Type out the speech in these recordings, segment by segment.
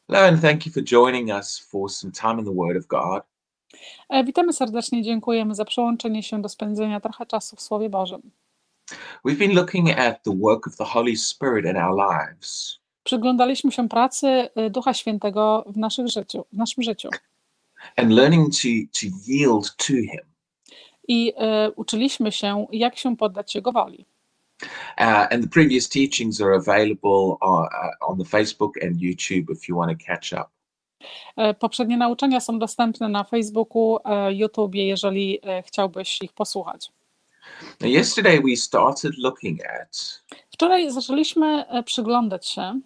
Hello, and thank you for joining us for some time in the Word of God. Witamy serdecznie, dziękujemy za przyłączenie się do spędzenia trochę czasu w Słowie Bożym. We've been looking at the work of the Holy Spirit in our lives, Przyglądaliśmy się pracy Ducha Świętego w naszym życiu and learning to yield to Him. i uczyliśmy się, jak się poddać Jego woli. And the previous teachings are available on the Facebook and YouTube if you want to catch up. Poprzednie nauczania są dostępne na Facebooku, YouTubie, jeżeli chciałbyś ich posłuchać. Yesterday we started looking at Wczoraj zaczęliśmy przyglądać się,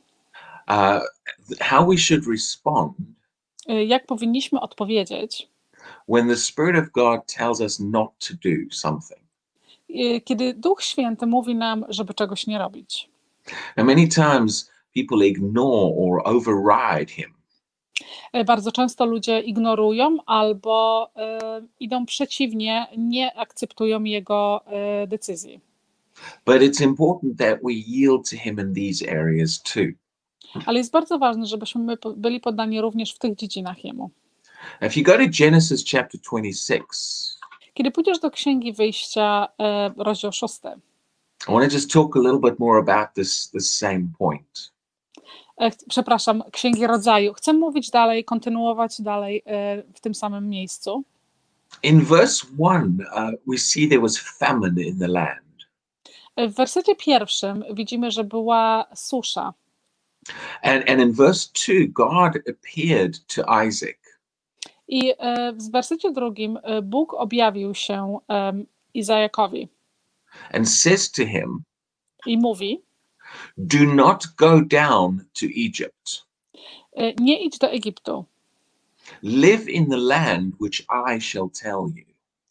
how we should respond jak powinniśmy odpowiedzieć, when the Spirit of God tells us not to do something. kiedy Duch Święty mówi nam, żeby czegoś nie robić. And many times people ignore or override Him. Bardzo często ludzie ignorują albo idą przeciwnie, nie akceptują Jego decyzji. But it's important that we yield to Him in these areas too. Ale jest bardzo ważne, żebyśmy byli poddani również w tych dziedzinach Jemu. If you go to Genesis chapter 26, Kiedy pójdziesz do Księgi Wyjścia, rozdział 6, I want to just talk a little bit more about this same point. Przepraszam, Księgi Rodzaju. Chcę mówić dalej, kontynuować dalej w tym samym miejscu. In verse 1, we see there was famine in the land. W wersecie 1 widzimy, że była susza. And in verse 2, God appeared to Isaac. I w wersecie 2 Bóg objawił się Izajakowi And says to him, i mówi: do not go down to Egypt. nie idź do Egiptu. Live in the land which I shall tell you.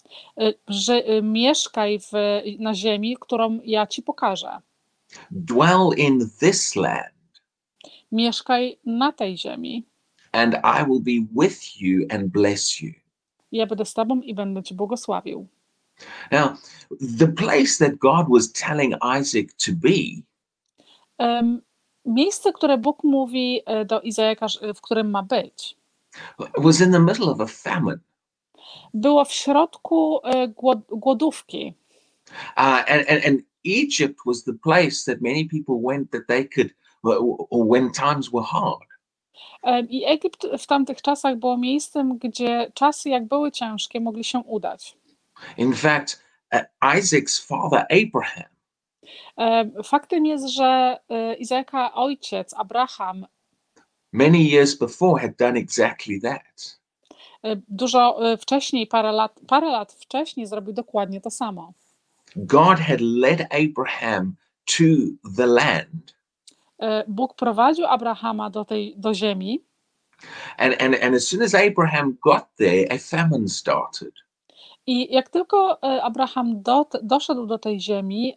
Mieszkaj na ziemi, którą ja ci pokażę. Dwell in this land. Mieszkaj na tej ziemi. And I will be with you and bless you. Ja będę z tobą i będę cię błogosławił. Now, the place that God was telling Isaac to be miejsce, które Bóg mówi do Izajaka, w którym ma być, was in the middle of a famine. było w środku głodówki. And Egypt was the place that many people went that they could, or when times were hard. I Egipt w tamtych czasach było miejscem, gdzie czasy jak były ciężkie, mogli się udać. In fact, Isaac's father Abraham faktem jest, że Izajaka ojciec Abraham many years before had done exactly that. Dużo wcześniej, parę lat wcześniej zrobił dokładnie to samo. God had led Abraham to the land. Bóg prowadził Abrahama do ziemi. And as soon as Abraham got there, a famine started. I jak tylko Abraham doszedł do tej ziemi,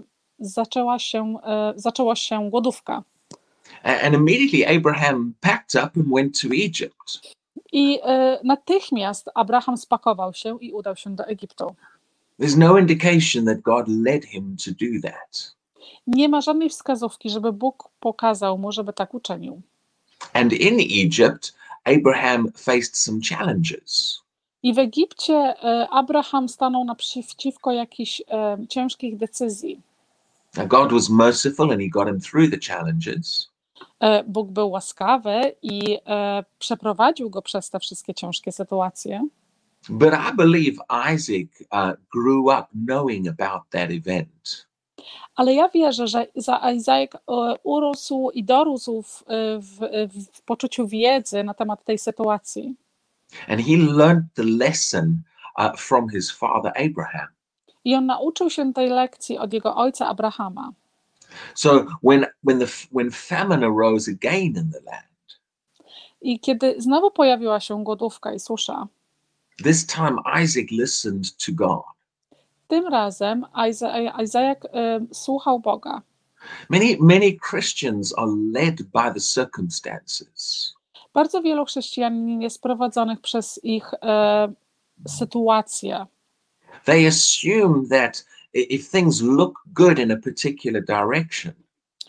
zaczęła się głodówka. And immediately Abraham packed up and went to Egypt. I natychmiast Abraham spakował się i udał się do Egiptu. There's no indication that God led him to do that. Nie ma żadnej wskazówki, żeby Bóg pokazał mu, żeby tak uczynił. And in Egypt, Abraham faced some challenges. I w Egipcie Abraham stanął naprzeciwko jakichś ciężkich decyzji. God was merciful and he got him through the challenges. Bóg był łaskawy i przeprowadził go przez te wszystkie ciężkie sytuacje. But I believe Isaac grew up knowing about that event. Ale ja wierzę, że Izaak urósł i dorósł w poczuciu wiedzy na temat tej sytuacji. And he learned the lesson from his father Abraham. I on nauczył się tej lekcji od jego ojca Abrahama. So when famine arose again in the land, I kiedy znowu pojawiła się głodówka i susza, this time Isaac listened to God. tym razem Izaak słuchał Boga. Many Christians are led by the circumstances. Bardzo wielu chrześcijan jest prowadzonych przez ich sytuacje. They assume that if things look good in a particular direction,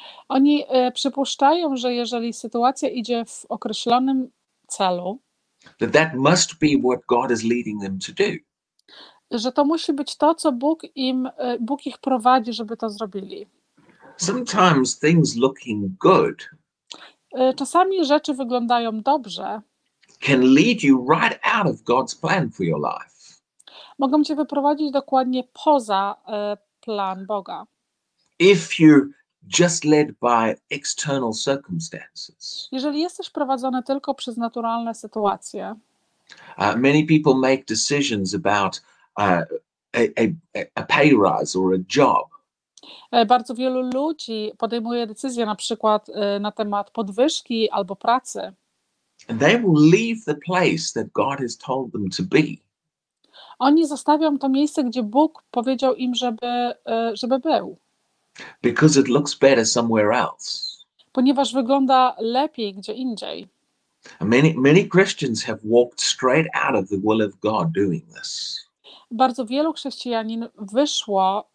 Oni przypuszczają, że jeżeli sytuacja idzie w określonym celu, that must be what God is leading them to do. że to musi być to, co Bóg ich prowadzi, żeby to zrobili. Sometimes things looking good Czasami rzeczy wyglądają dobrze, can lead you right out of God's plan for your life. mogą cię wyprowadzić dokładnie poza plan Boga. If you're just led by external circumstances. Jeżeli jesteś prowadzony tylko przez naturalne sytuacje, many people make decisions about a pay rise or a job. Bardzo wielu ludzi podejmuje decyzje na przykład na temat podwyżki albo pracy. And they will leave the place that God has told them to be. Oni zostawią to miejsce, gdzie Bóg powiedział im, żeby był. Because it looks better somewhere else. Ponieważ wygląda lepiej gdzie indziej. And many Christians have walked straight out of the will of God doing this. Bardzo wielu chrześcijanin wyszło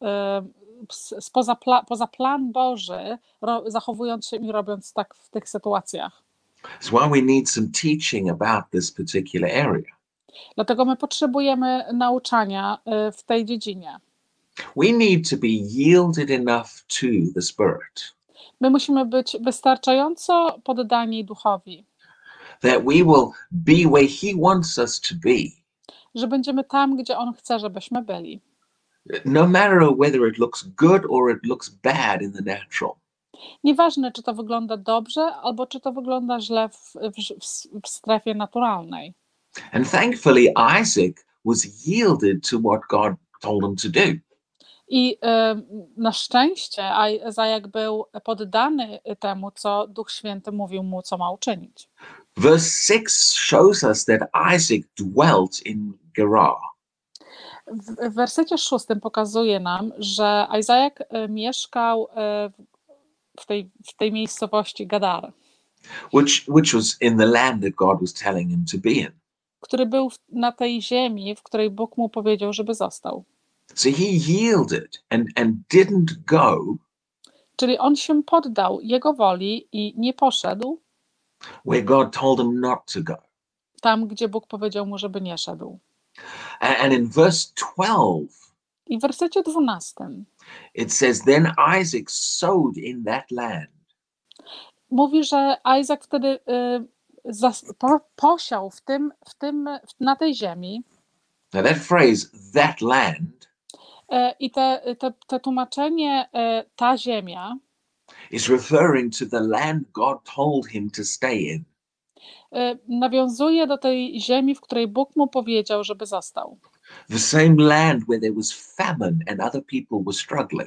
poza plan Boży, zachowując się i robiąc tak w tych sytuacjach. That's why we need some teaching about this particular area. Dlatego my potrzebujemy nauczania w tej dziedzinie. We need to be yielded enough to the Spirit. My musimy być wystarczająco poddani Duchowi. That we will be where He wants us to be. Że będziemy tam, gdzie On chce, żebyśmy byli. No matter whether it looks good or it looks bad in the natural. Nieważne, czy to wygląda dobrze, albo czy to wygląda źle w strefie naturalnej. And thankfully Isaac was yielded to what God told him to do. I na szczęście Izaak był poddany temu, co Duch Święty mówił mu, co ma uczynić. Verse 6 shows us that Isaac dwelt in Gerar. W wersecie 6 pokazuje nam, że Izaak mieszkał w tej miejscowości Gadar, which was in the land that God was telling him to be in. Który był na tej ziemi, w której Bóg mu powiedział, żeby został. So he yielded and didn't go. Czyli on się poddał jego woli i nie poszedł where God told him not to go. Tam, gdzie Bóg powiedział mu, żeby nie szedł. And in verse 12, I w wersecie 12 it says, then Isaac sowed in that land. Mówi, że Izak wtedy posiał na tej ziemi. Now that phrase, that land, I te tłumaczenie, ta ziemia, is referring to the land God told him to stay in. Nawiązuje do tej ziemi, w której Bóg mu powiedział, żeby został. The same land where there was famine and other people were struggling.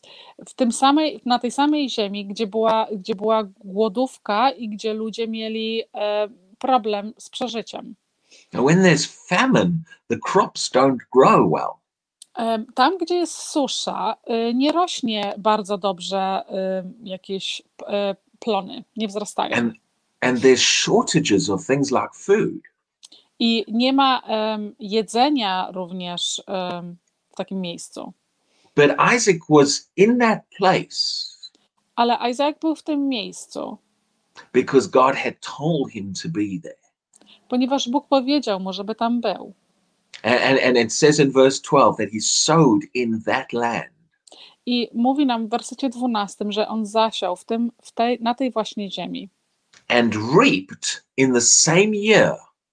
Na tej samej ziemi, gdzie była głodówka i gdzie ludzie mieli problem z przeżyciem. Now when there's famine, the crops don't grow well. Tam, gdzie jest susza, nie rośnie bardzo dobrze jakieś plony, nie wzrastają. And there's shortages of things like food. I nie ma jedzenia również w takim miejscu. But Isaac was in that place. Ale Isaac był w tym miejscu. Because God had told him to be there. Ponieważ Bóg powiedział mu, żeby tam był. And it says in verse 12 that he sowed in that land. I mówi nam w wersecie 12, że on zasiał na tej właśnie ziemi. And reaped in the same year.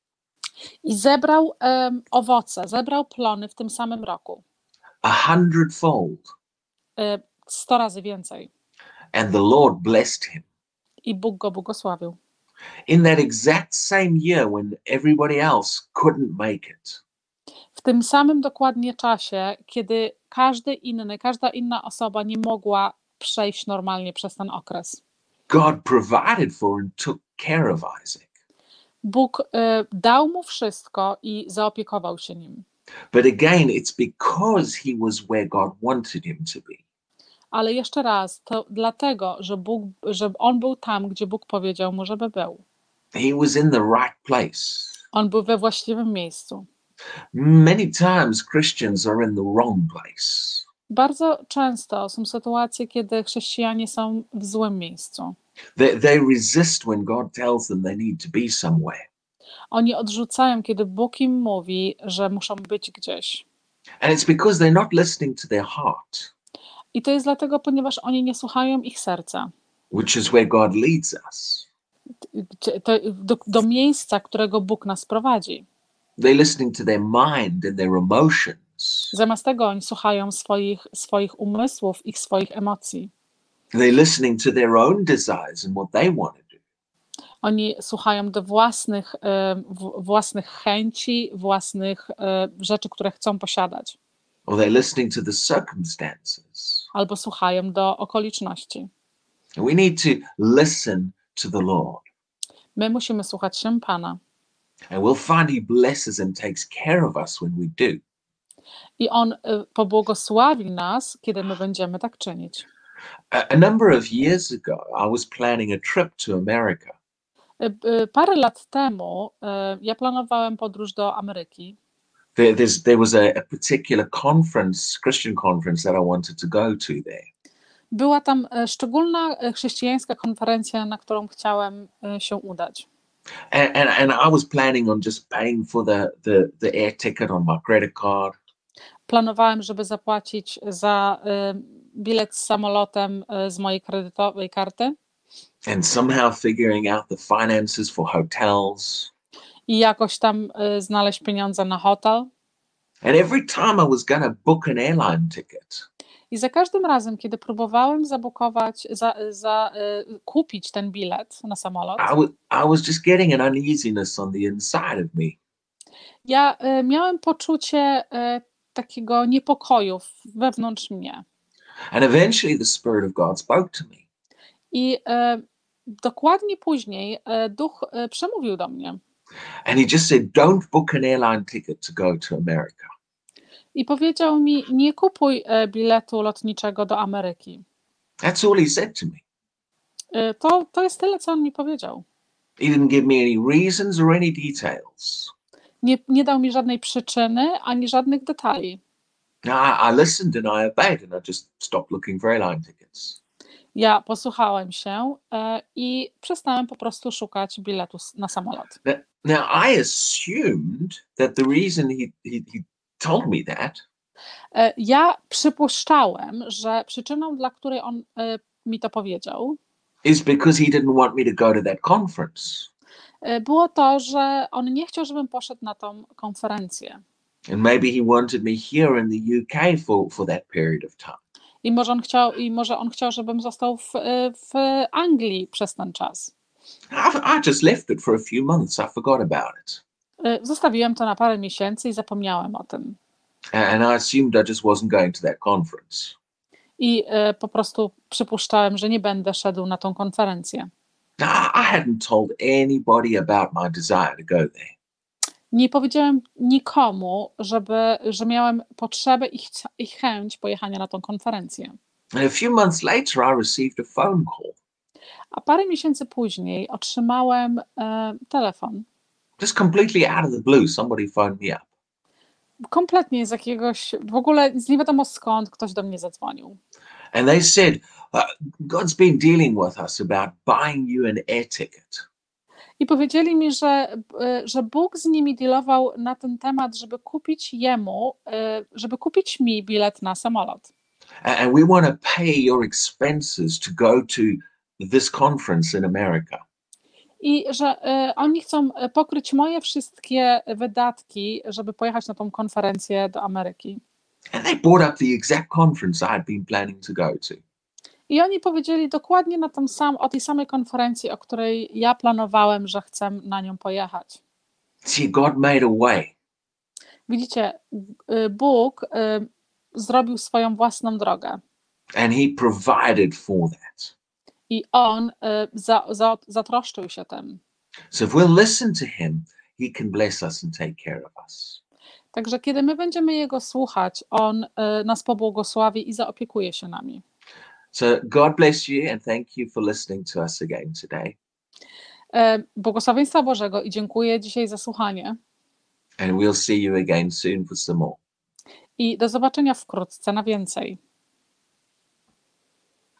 I zebrał owoce, zebrał plony w tym samym roku. 100-fold. 100 razy więcej. And the Lord blessed him. I Bóg go błogosławił. In that exact same year when everybody else couldn't make it. W tym samym dokładnie czasie, kiedy każda inna osoba nie mogła przejść normalnie przez ten okres. God provided for and took care of Isaac. Bóg dał mu wszystko i zaopiekował się nim. But again, it's because he was where God wanted him to be. Ale jeszcze raz, to dlatego, że on był tam, gdzie Bóg powiedział mu, żeby był. He was in the right place. On był we właściwym miejscu. Many times Christians are in the wrong place. Bardzo często są sytuacje, kiedy chrześcijanie są w złym miejscu. They resist when God tells them they need to be somewhere. Oni odrzucają, kiedy Bóg im mówi, że muszą być gdzieś. And it's because they're not listening to their heart, I to jest dlatego, ponieważ oni nie słuchają ich serca. which is where God leads us. Do miejsca, którego Bóg nas prowadzi. They're listening to their mind and their emotions. Zamiast tego oni słuchają swoich umysłów, ich swoich emocji. They're listening to their own desires and what they want to do. Oni słuchają do własnych chęci, własnych rzeczy, które chcą posiadać. Or they're listening to the circumstances. Albo słuchają do okoliczności. And we need to listen to the Lord. My musimy słuchać się Pana. And we'll find He blesses and takes care of us when we do. I On pobłogosławi nas, kiedy my będziemy tak czynić. A number of years ago, I was planning a trip to America. Parę lat temu ja planowałem podróż do Ameryki. There was a particular conference, Christian conference, that I wanted to go to there. Była tam szczególna chrześcijańska konferencja, na którą chciałem się udać. And I was planning on just paying for the air ticket on my credit card. Planowałem, żeby zapłacić za bilet z samolotem z mojej kredytowej karty. And somehow figuring out the finances for hotels. I jakoś tam znaleźć pieniądze na hotel. And every time I was going to book an airline ticket, I za każdym razem, kiedy próbowałem kupić ten bilet na samolot, I was just getting an uneasiness on the inside of me. ja miałem poczucie takiego niepokoju wewnątrz mnie. And eventually the Spirit of God spoke to me. I dokładnie później Duch przemówił do mnie. And he just said, don't book an airline ticket to go to America. I powiedział mi, nie kupuj biletu lotniczego do Ameryki. That's all he said to me. To jest tyle, co on mi powiedział. He didn't give me any reasons or any details. Nie dał mi żadnej przyczyny, ani żadnych detali. I listened and I obeyed and I just stopped looking for airline tickets. Ja posłuchałem się i przestałem po prostu szukać biletu na samolot. Now I assumed that the reason he told me that ja przypuszczałem, że przyczyną, dla której on mi to powiedział, is because he didn't want me to go to that conference. Było to, że on nie chciał, żebym poszedł na tą konferencję. And maybe he wanted me here in the UK for that period of time. I może on chciał, żebym został w Anglii przez ten czas. I just left it for a few months. I forgot about it. Zostawiłem to na parę miesięcy i zapomniałem o tym. And I assumed I just wasn't going to that conference. I po prostu przypuszczałem, że nie będę szedł na tą konferencję. I hadn't told anybody about my desire to go there. Nie powiedziałem nikomu, że miałem potrzebę i chęć pojechania na tą konferencję. And a few months later, I received a phone call. A parę miesięcy później otrzymałem telefon. Just completely out of the blue, somebody phoned me up. Kompletnie w ogóle z nie wiadomo skąd ktoś do mnie zadzwonił. And they said, God's been dealing with us about buying you an air ticket. I powiedzieli mi, że Bóg z nimi dealował na ten temat, żeby kupić mi bilet na samolot. And we want to pay your expenses to go to this conference in America. I że oni chcą pokryć moje wszystkie wydatki, żeby pojechać na tą konferencję do Ameryki. And they brought up the exact conference I had been planning to go to. I oni powiedzieli dokładnie o tej samej konferencji, o której ja planowałem, że chcę na nią pojechać. See, God made a way. Widzicie, Bóg zrobił swoją własną drogę. And he provided for that. I On zatroszczył się tym. So if we'll listen to him, he can bless us and take care of us. Także kiedy my będziemy Jego słuchać, On nas pobłogosławi i zaopiekuje się nami. So God bless you and thank you for listening to us again today. Błogosławieństwa Bożego i dziękuję dzisiaj za słuchanie. And we'll see you again soon for some more. i do zobaczenia wkrótce na więcej.